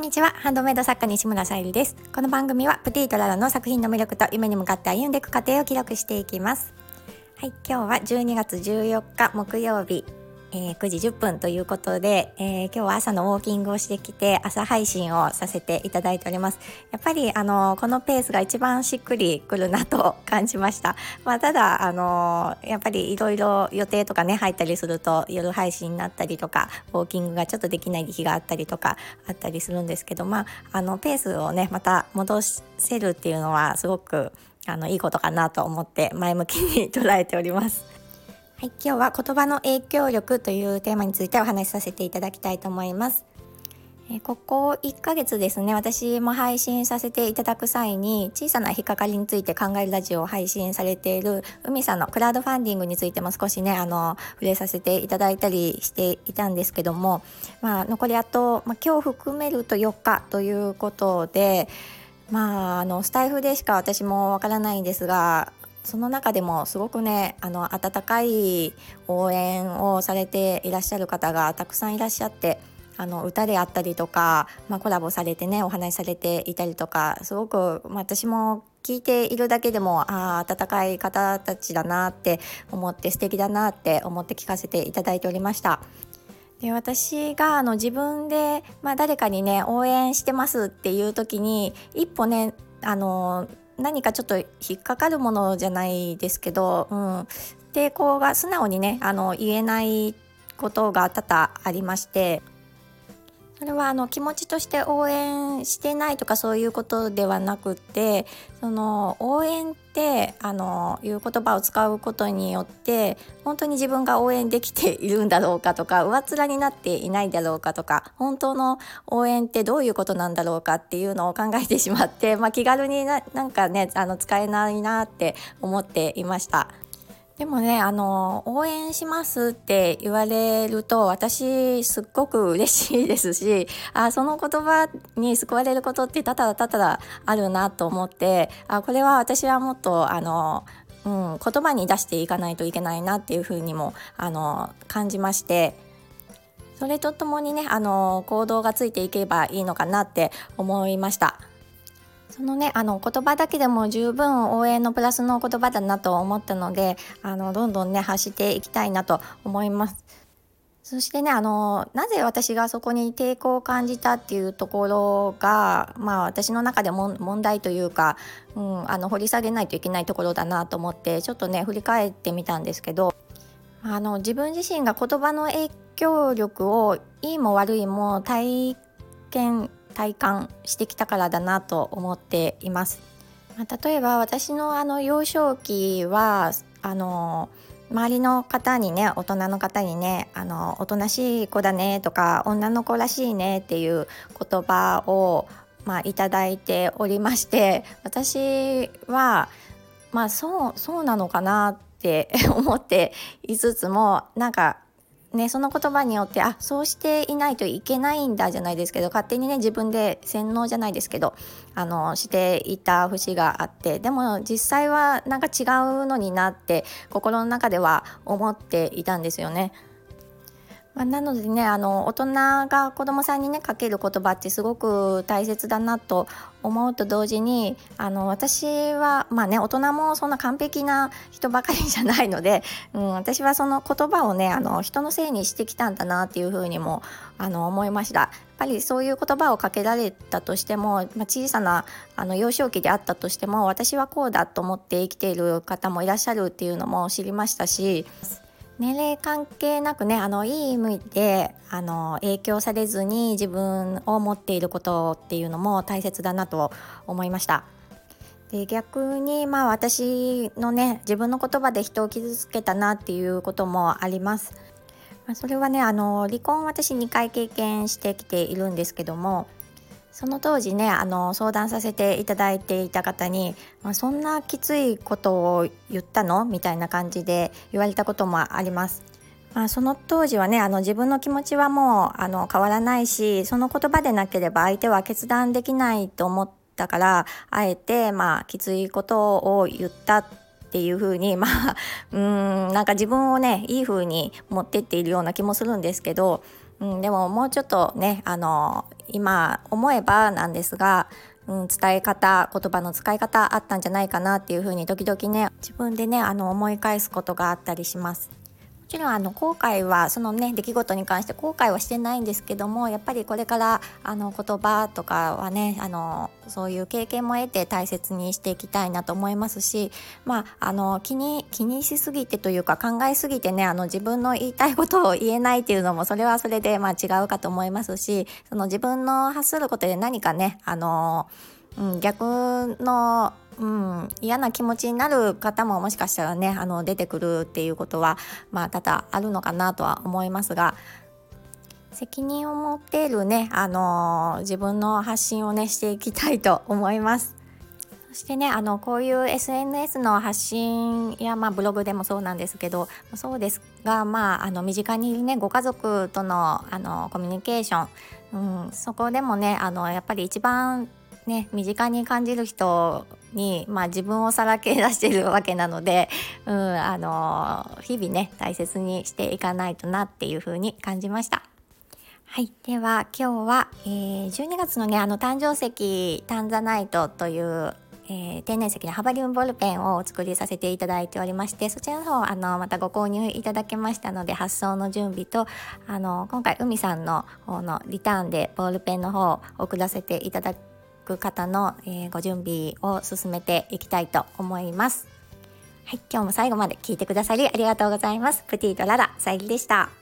にちは、ハンドメイド作家西村さゆりです。この番組はプティとララの作品の魅力と夢に向かって歩んでいく過程を記録していきます。はい、今日は12月14日木曜日、9時10分ということで、今日は朝のウォーキングをしてきて朝配信をさせていただいております。やっぱりこのペースが一番しっくりくるなと感じました。ただやっぱりいろいろ予定とかね入ったりすると夜配信になったりとかウォーキングがちょっとできない日があったりとかあったりするんですけど、ペースをねまた戻せるっていうのはすごくいいことかなと思って前向きに捉えております。はい、今日は言葉の影響力というテーマについてお話しさせていただきたいと思います。ここ1ヶ月ですね、私も配信させていただく際に小さな引っかかりについて考えるラジオを配信されている海さんのクラウドファンディングについても少しね触れさせていただいたりしていたんですけども、残りあと、今日含めると4日ということで、スタイフでしか私もわからないんですが、その中でもすごくね温かい応援をされていらっしゃる方がたくさんいらっしゃって、歌であったりとか、コラボされてねお話しされていたりとか、すごく、私も聞いているだけでも温かい方たちだなって思って、素敵だなって思って聞かせていただいておりました。で、私が自分で、誰かにね応援してますっていう時に一歩ね何かちょっと引っかかるものじゃないですけど、抵抗が素直にね言えないことが多々ありまして、それは気持ちとして応援してないとかそういうことではなくて、その応援っていう言葉を使うことによって本当に自分が応援できているんだろうかとか、上っ面になっていないだろうかとか、本当の応援ってどういうことなんだろうかっていうのを考えてしまって、気軽になんかね使えないなって思っていました。でもね応援しますって言われると私すっごく嬉しいですし、その言葉に救われることって多々あるなと思って、これは私はもっと言葉に出していかないといけないなっていうふうにも感じまして、それとともにね行動がついていけばいいのかなって思いました。そのね言葉だけでも十分応援のプラスの言葉だなと思ったので、どんどんね発していきたいなと思います。そしてねなぜ私がそこに抵抗を感じたっていうところが、私の中でも問題というか、掘り下げないといけないところだなと思ってちょっとね振り返ってみたんですけど、自分自身が言葉の影響力をいいも悪いも体感してきたからだなと思っています。例えば私の幼少期は周りの方にね、大人の方にねおとなしい子だねとか女の子らしいねっていう言葉をいただいておりまして、私はそうなのかなって思っていつつも、なんかね、その言葉によってそうしていないといけないんだじゃないですけど、勝手にね自分で洗脳じゃないですけどしていた節があって、でも実際はなんか違うのになって心の中では思っていたんですよね。なのでね大人が子供さんにねかける言葉ってすごく大切だなと思うと同時に、私は大人もそんな完璧な人ばかりじゃないので、私はその言葉をね人のせいにしてきたんだなっていうふうにも思いました。やっぱりそういう言葉をかけられたとしても、小さな幼少期であったとしても、私はこうだと思って生きている方もいらっしゃるっていうのも知りましたし、年齢関係なくねいい意味で影響されずに自分を持っていることっていうのも大切だなと思いました。で、逆に私のね自分の言葉で人を傷つけたなっていうこともあります。それはね離婚を私2回経験してきているんですけども、その当時ね相談させていただいていた方に、そんなきついことを言ったのみたいな感じで言われたこともあります。その当時はね自分の気持ちはもう変わらないし、その言葉でなければ相手は決断できないと思ったから、あえてきついことを言ったっていう風になんか自分をねいい風に持ってっているような気もするんですけど、 でももうちょっとね今思えばなんですが、伝え方、言葉の使い方あったんじゃないかなっていうふうに時々ね自分でね思い返すことがあったりします。もちろん後悔はそのね出来事に関して後悔はしてないんですけども、やっぱりこれから言葉とかはねそういう経験も得て大切にしていきたいなと思いますし、気にしすぎてというか考えすぎてね自分の言いたいことを言えないっていうのもそれはそれで違うかと思いますし、その自分の発することで何かね逆の嫌な気持ちになる方ももしかしたらね出てくるっていうことは多々あるのかなとは思いますが、責任を持っているね自分の発信をねしていきたいと思います。そしてねこういう SNS の発信やブログでもそうなんですけどそうですが身近にいるねご家族とのコミュニケーション、そこでもねやっぱり一番ね身近に感じる人に自分をさらけ出しているわけなので、日々ね大切にしていかないとなっていうふうに感じました。はい、では今日は、12月のね誕生石タンザナイトという、天然石のハバリウムボールペンをお作りさせていただいておりまして、そちらの方またご購入いただけましたので発送の準備と今回海さんの方のリターンでボールペンの方を送らせていただく方の、ご準備を進めていきたいと思います。はい、今日も最後まで聞いてくださりありがとうございます。プティとララさゆりでした。